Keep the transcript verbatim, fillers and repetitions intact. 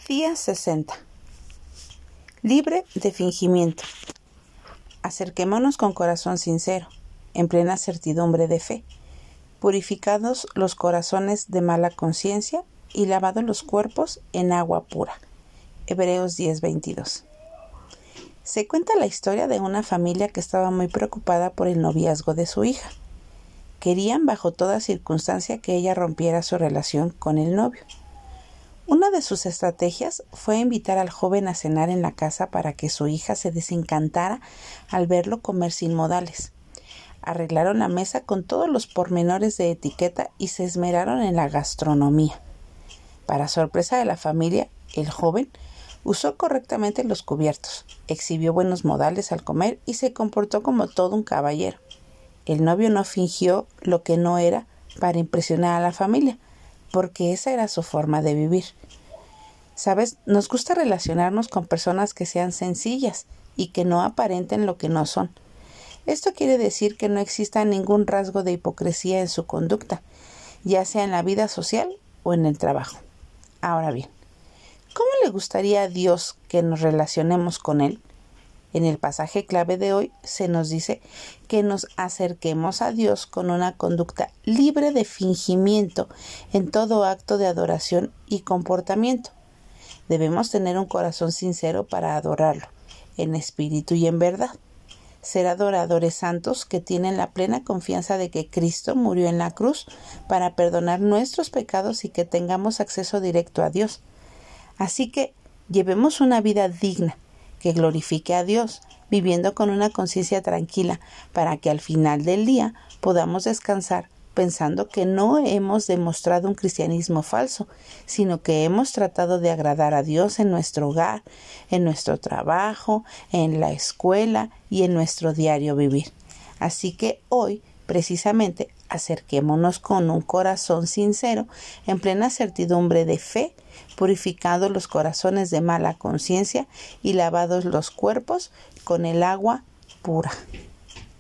Día sesenta. Libre de fingimiento. Acerquémonos con corazón sincero, en plena certidumbre de fe, purificados los corazones de mala conciencia y lavados los cuerpos en agua pura. Hebreos diez veintidós. Se cuenta la historia de una familia que estaba muy preocupada por el noviazgo de su hija. Querían bajo toda circunstancia que ella rompiera su relación con el novio. Una de sus estrategias fue invitar al joven a cenar en la casa para que su hija se desencantara al verlo comer sin modales. Arreglaron la mesa con todos los pormenores de etiqueta y se esmeraron en la gastronomía. Para sorpresa de la familia, el joven usó correctamente los cubiertos, exhibió buenos modales al comer y se comportó como todo un caballero. El novio no fingió lo que no era para impresionar a la familia, porque esa era su forma de vivir. ¿Sabes? Nos gusta relacionarnos con personas que sean sencillas y que no aparenten lo que no son. Esto quiere decir que no exista ningún rasgo de hipocresía en su conducta, ya sea en la vida social o en el trabajo. Ahora bien, ¿cómo le gustaría a Dios que nos relacionemos con Él? En el pasaje clave de hoy se nos dice que nos acerquemos a Dios con una conducta libre de fingimiento en todo acto de adoración y comportamiento. Debemos tener un corazón sincero para adorarlo, en espíritu y en verdad. Ser adoradores santos que tienen la plena confianza de que Cristo murió en la cruz para perdonar nuestros pecados y que tengamos acceso directo a Dios. Así que llevemos una vida digna, que glorifique a Dios, viviendo con una conciencia tranquila, para que al final del día podamos descansar pensando que no hemos demostrado un cristianismo falso, sino que hemos tratado de agradar a Dios en nuestro hogar, en nuestro trabajo, en la escuela y en nuestro diario vivir. Así que hoy, precisamente, acerquémonos con un corazón sincero, en plena certidumbre de fe, purificados los corazones de mala conciencia y lavados los cuerpos con el agua pura.